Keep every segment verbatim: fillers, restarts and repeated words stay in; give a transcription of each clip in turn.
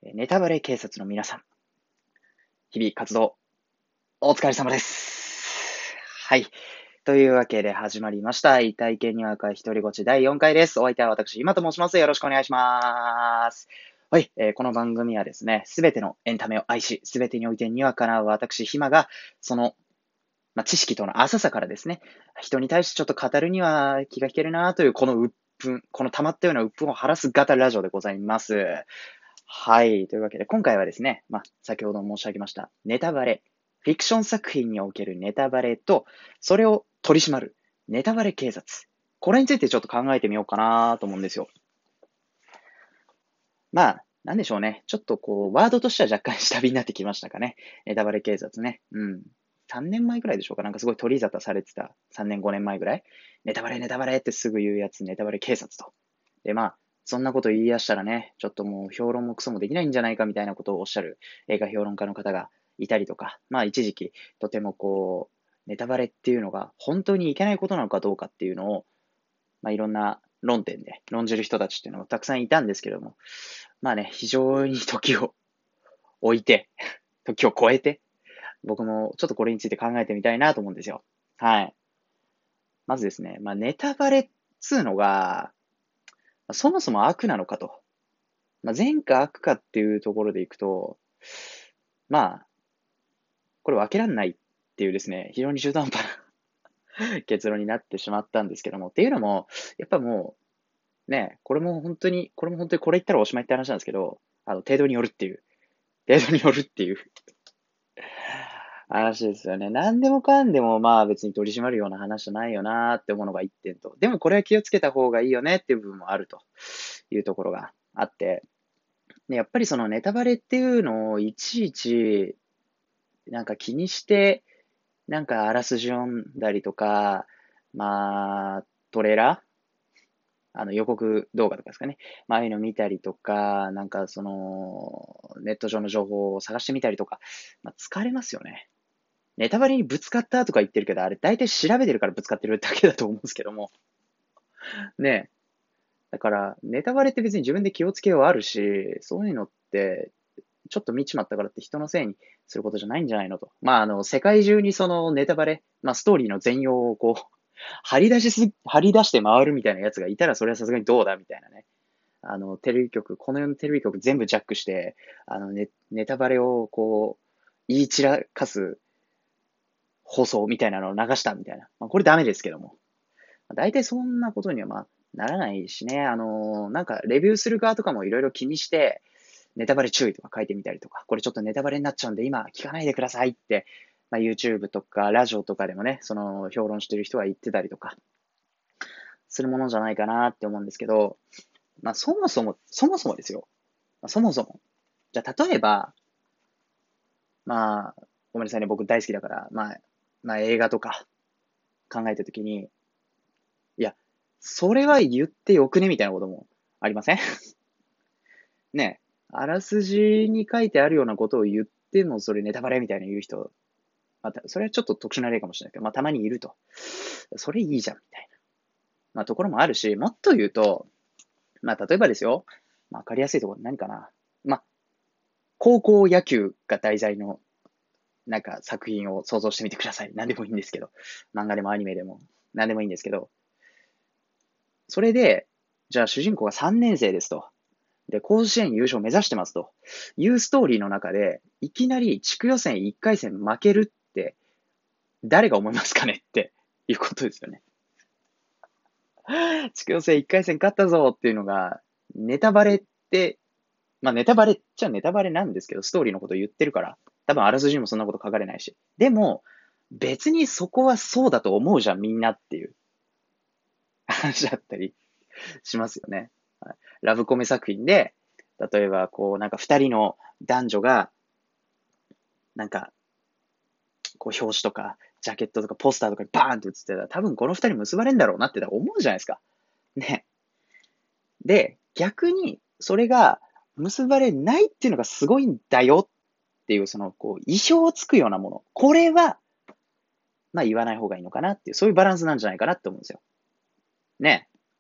ネタバレ警察の皆さん、日々活動お疲れ様です。はい。というわけで始まりました。体験にわか一人ごちだいよんかいです。お相手は私、今と申します。よろしくお願いします。はい。えーこの番組はですね、すべてのエンタメを愛し、すべてにおいてにわかな私、暇が、その、まあ、知識との浅さからですね、人に対してちょっと語るには気が引けるなという、この鬱憤、この溜まったような鬱憤を晴らす型ラジオでございます。はい。というわけで、今回はですね、まあ、先ほど申し上げました、ネタバレ、フィクション作品におけるネタバレと、それを取り締まる、ネタバレ警察。これについてちょっと考えてみようかなと思うんですよ。まあ、なんでしょうね。ちょっとこう、ワードとしては若干下火になってきましたかね。ネタバレ警察ね。うん。さんねんまえぐらいでしょうか。なんかすごい取り沙汰されてた。さんねん、ごねんまえぐらい。ネタバレ、ネタバレってすぐ言うやつ、ネタバレ警察と。で、まあ、そんなこと言い出したらね、ちょっともう評論もクソもできないんじゃないかみたいなことをおっしゃる映画評論家の方がいたりとか、まあ一時期とてもこう、ネタバレっていうのが本当にいけないことなのかどうかっていうのを、まあいろんな論点で論じる人たちっていうのがたくさんいたんですけども、まあね、非常に時を置いて、時を超えて、僕もちょっとこれについて考えてみたいなと思うんですよ。はい。まずですね、まあネタバレっつうのが、そもそも悪なのかと。まあ、善か悪かっていうところでいくと、まあ、これ分けらんないっていうですね、非常に中途半端な結論になってしまったんですけども、っていうのも、やっぱもう、ね、これも本当に、これも本当にこれ言ったらおしまいって話なんですけど、あの、程度によるっていう、程度によるっていう話ですよね。何でもかんでもまあ別に取り締まるような話じゃないよなーって思うのが一点と、でもこれは気をつけた方がいいよねっていう部分もあるというところがあって、でやっぱりそのネタバレっていうのをいちいちなんか気にして、なんかあらすじ読んだりとか、まあ、トレーラーあの予告動画とかですかね。まああいうの見たりとか、なんかその、ネット上の情報を探してみたりとか、まあ疲れますよね。ネタバレにぶつかったとか言ってるけど、あれ大体調べてるからぶつかってるだけだと思うんですけども。ねえ。だから、ネタバレって別に自分で気をつけようあるし、そういうのって、ちょっと見ちまったからって人のせいにすることじゃないんじゃないのと。まあ、あの、世界中にそのネタバレ、まあ、ストーリーの全容をこう、張り出しす、張り出して回るみたいなやつがいたら、それはさすがにどうだみたいなね。あの、テレビ局、この世のテレビ局全部ジャックして、あのネ、ネタバレをこう、言い散らかす放送みたいなのを流したみたいな。まあ、これダメですけども。大体そんなことにはまあ、ならないしね。あの、なんか、レビューする側とかもいろいろ気にして、ネタバレ注意とか書いてみたりとか、これちょっとネタバレになっちゃうんで今聞かないでくださいって、まあ、YouTube とかラジオとかでもね、その評論してる人は言ってたりとかするものじゃないかなって思うんですけど、まあそもそも、そもそもですよ。まあ、そもそも。じゃあ例えば、まあ、ごめんなさいね、僕大好きだから、まあ、まあ映画とか考えたときに、いや、それは言ってよくねみたいなこともありませんね。あらすじに書いてあるようなことを言っても、それネタバレみたいな言う人、また、それはちょっと特殊な例かもしれないけど、まあ、たまにいると。それいいじゃん、みたいな。まあ、ところもあるし、もっと言うと、まあ、例えばですよ。まあ、わかりやすいところ何かな。まあ、高校野球が題材の、なんか作品を想像してみてください。何でもいいんですけど。漫画でもアニメでも、何でもいいんですけど。それで、じゃあ主人公がさんねん生ですと。で、甲子園優勝目指してますというストーリーの中で、いきなり地区予選いっかい戦負けるって、誰が思いますかねっていうことですよね。地区予選いっかい戦勝ったぞっていうのが、ネタバレって、まあネタバレっちゃネタバレなんですけど、ストーリーのことを言ってるから、多分あらすじにもそんなこと書かれないし。でも、別にそこはそうだと思うじゃん、みんなっていう話だったりしますよね。ラブコメ作品で、例えばこうなんか二人の男女が、なんかこう表紙とか、ジャケットとかポスターとかにバーンって映ってたら、多分この二人結ばれんだろうなって思うじゃないですか。ね。で、逆に、それが結ばれないっていうのがすごいんだよっていう、その、こう、意表をつくようなもの。これは、まあ言わない方がいいのかなっていう、そういうバランスなんじゃないかなって思うんですよ。ね。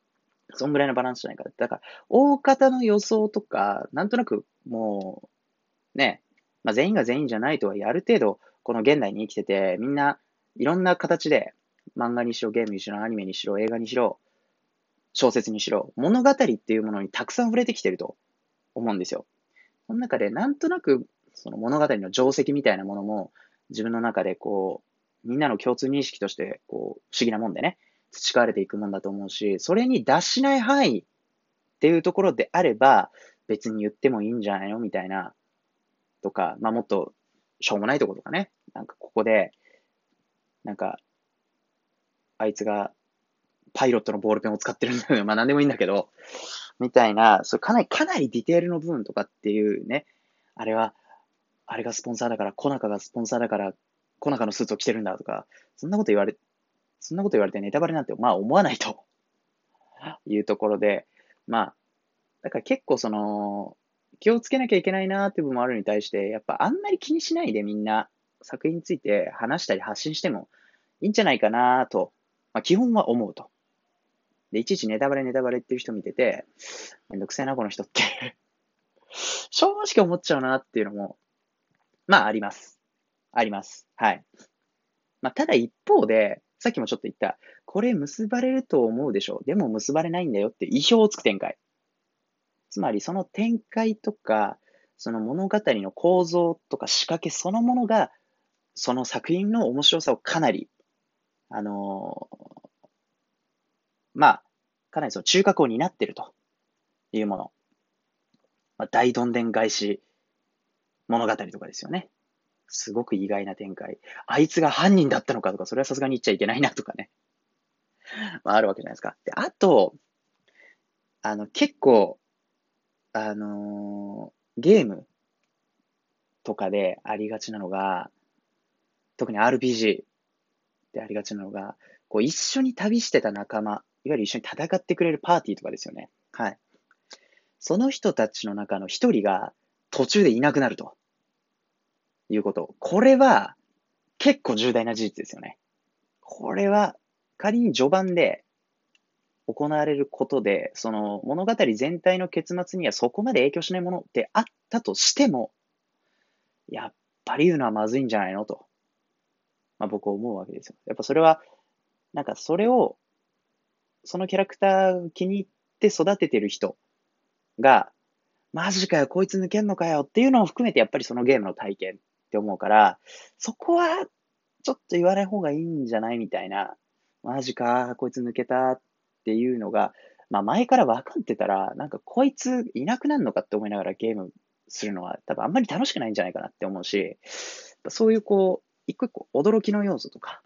そんぐらいのバランスじゃないか。だから、大方の予想とか、なんとなくもう、ね、まあ、全員が全員じゃないとはいえ、ある程度、この現代に生きてて、みんないろんな形で、漫画にしろ、ゲームにしろ、アニメにしろ、映画にしろ、小説にしろ、物語っていうものにたくさん触れてきてると思うんですよ。その中で、なんとなく、その物語の定石みたいなものも、自分の中でこう、みんなの共通認識として、こう、不思議なもんでね、培われていくもんだと思うし、それに脱しない範囲っていうところであれば、別に言ってもいいんじゃないのみたいな、とか、まあもっと、しょうもないところとかね、なんかここで、なんか、あいつがパイロットのボールペンを使ってるんだよ。まあ何でもいいんだけど、みたいな、それかなり、かなりディテールの部分とかっていうね、あれは、あれがスポンサーだから、コナカがスポンサーだから、コナカのスーツを着てるんだとか、そんなこと言われ、そんなこと言われてネタバレなんてまあ思わないというところで、まあ、だから結構その、気をつけなきゃいけないなーっていう部分もあるに対して、やっぱあんまり気にしないでみんな作品について話したり発信してもいいんじゃないかなと、まあ基本は思うと。で、いちいちネタバレネタバレっていう人見てて、めんどくせえなこの人って正直思っちゃうなっていうのも、まああります。あります。はい。まあただ一方で、さっきもちょっと言った、これ結ばれると思うでしょ。でも結ばれないんだよって意表をつく展開。つまりその展開とか、その物語の構造とか仕掛けそのものが、その作品の面白さをかなり、あのーまあ、かなりその中核を担っているというもの。まあ、大どんでん返し物語とかですよね。すごく意外な展開。あいつが犯人だったのかとか、それはさすがに言っちゃいけないなとかね。まあ、あるわけじゃないですか。で、あと、あの、結構、あのーゲームとかでありがちなのが、特に アールピージー でありがちなのが、こう一緒に旅してた仲間、いわゆる一緒に戦ってくれるパーティーとかですよね。はい。その人たちの中の一人が途中でいなくなるということ。これは結構重大な事実ですよね。これは仮に序盤で行われることで、その物語全体の結末にはそこまで影響しないものであったとしても、やっぱり言うのはまずいんじゃないのと、まあ、僕は思うわけですよ。やっぱそれは、なんかそれを、そのキャラクター気に入って育ててる人が、マジかよ、こいつ抜けんのかよっていうのを含めて、やっぱりそのゲームの体験って思うから、そこはちょっと言わない方がいいんじゃないみたいな、マジか、こいつ抜けたっていうのが、まあ前から分かってたら、なんかこいついなくなるのかって思いながらゲームするのは多分あんまり楽しくないんじゃないかなって思うし、そういうこう、一個一個驚きの要素とか、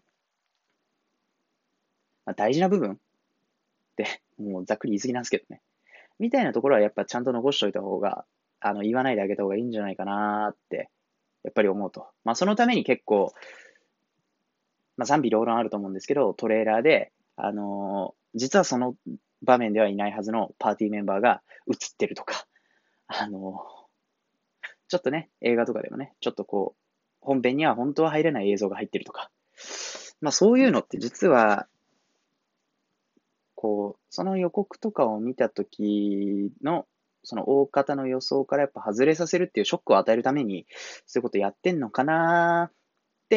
まあ、大事な部分って、もうざっくり言い過ぎなんですけどね。みたいなところはやっぱちゃんと残しといた方が、あの、言わないであげた方がいいんじゃないかなって、やっぱり思うと。まあそのために結構、まあ賛否両論あると思うんですけど、トレーラーで、あのー実はその場面ではいないはずのパーティーメンバーが映ってるとか、あのーちょっとね、映画とかでもね、ちょっとこう、本編には本当は入れない映像が入ってるとか、まあそういうのって実は、こう、その予告とかを見たときの、その大方の予想からやっぱ外れさせるっていうショックを与えるために、そういうことやってんのかなーって、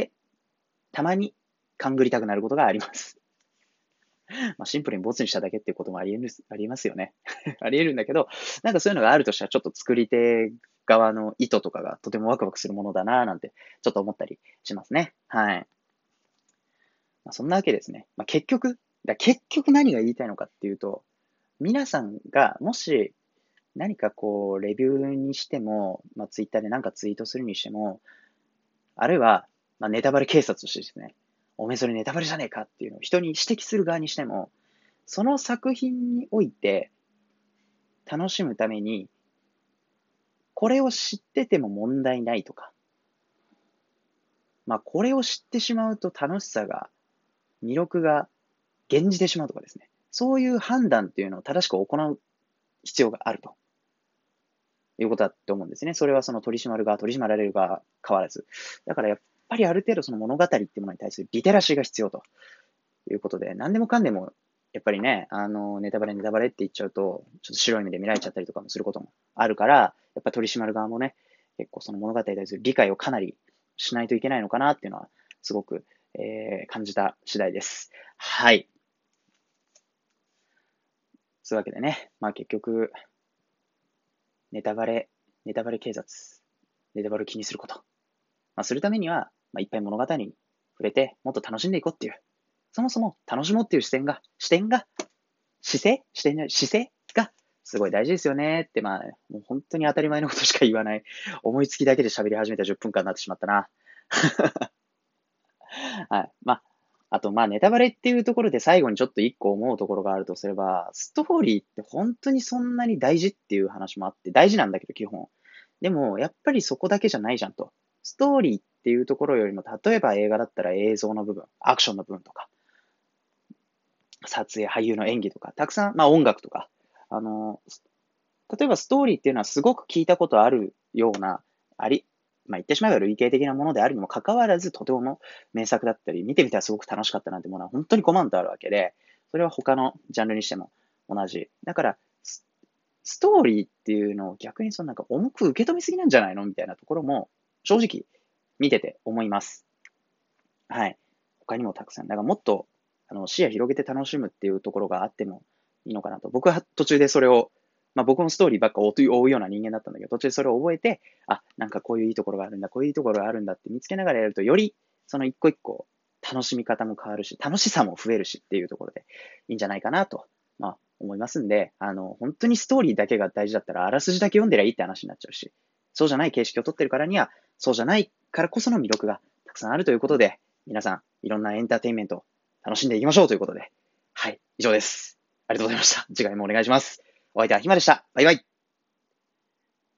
たまに勘ぐりたくなることがあります。まあシンプルにボツにしただけっていうこともありえる、ありますよね。ありえるんだけど、なんかそういうのがあるとしたらちょっと作り手側の意図とかがとてもワクワクするものだなーなんてちょっと思ったりしますね。はい。まあ、そんなわけですね。まあ、結局、だ結局何が言いたいのかっていうと、皆さんがもし何かこう、レビューにしても、まあ、ツイッターで何かツイートするにしても、あるいは、まあ、ネタバレ警察としてですね、おめえそれネタバレじゃねえかっていうのを人に指摘する側にしても、その作品において楽しむために、これを知ってても問題ないとか、まあ、これを知ってしまうと楽しさが、魅力が減じてしまうとかですね。そういう判断っていうのを正しく行う必要があるということだと思うんですね。それはその取り締まる側、取り締まられる側変わらず。だからやっぱりある程度その物語っていうものに対するリテラシーが必要ということで、何でもかんでもやっぱりね、あの、ネタバレネタバレって言っちゃうと、ちょっと白い目で見られちゃったりとかもすることもあるから、やっぱ取り締まる側もね、結構その物語に対する理解をかなりしないといけないのかなっていうのは、すごく、えー感じた次第です。はい。そういうわけでね、まあ結局、ネタバレ、ネタバレ警察、ネタバレを気にすること。まあ、するためには、まあ、いっぱい物語に触れて、もっと楽しんでいこうっていう、そもそも楽しもうっていう視点が、視点が、姿勢視点の姿勢が、すごい大事ですよねって、まあ、もう本当に当たり前のことしか言わない、思いつきだけで喋り始めたじゅっぷんかんになってしまったな。はい。まあ、あと、まあ、ネタバレっていうところで最後にちょっと一個思うところがあるとすれば、ストーリーって本当にそんなに大事っていう話もあって、大事なんだけど、基本。でも、やっぱりそこだけじゃないじゃんと。ストーリーっていうところよりも、例えば映画だったら映像の部分、アクションの部分とか、撮影、俳優の演技とか、たくさん、まあ音楽とか、あの、例えばストーリーっていうのはすごく聞いたことあるような、あり、まあ言ってしまえば類型的なものであるにもかかわらず、とても名作だったり、見てみたらすごく楽しかったなんてものは本当にごまんとあるわけで、それは他のジャンルにしても同じ。だから、スストーリーっていうのを逆にそのなんか重く受け止めすぎなんじゃないのみたいなところも正直見てて思います。はい。他にもたくさん。だからもっとあの視野広げて楽しむっていうところがあってもいいのかなと。僕は途中でそれを、まあ僕もストーリーばっか追う追うような人間だったんだけど、途中でそれを覚えて、あ、なんかこういういいところがあるんだ、こういういいところがあるんだって見つけながらやると、よりその一個一個楽しみ方も変わるし、楽しさも増えるしっていうところでいいんじゃないかなと、まあ思いますんで、あの、本当にストーリーだけが大事だったら、あらすじだけ読んでりゃいいって話になっちゃうし、そうじゃない形式を取ってるからには、そうじゃないからこその魅力がたくさんあるということで、皆さん、いろんなエンターテインメントを楽しんでいきましょうということで、はい、以上です。ありがとうございました。次回もお願いします。お相手はひまでした。バイバイ。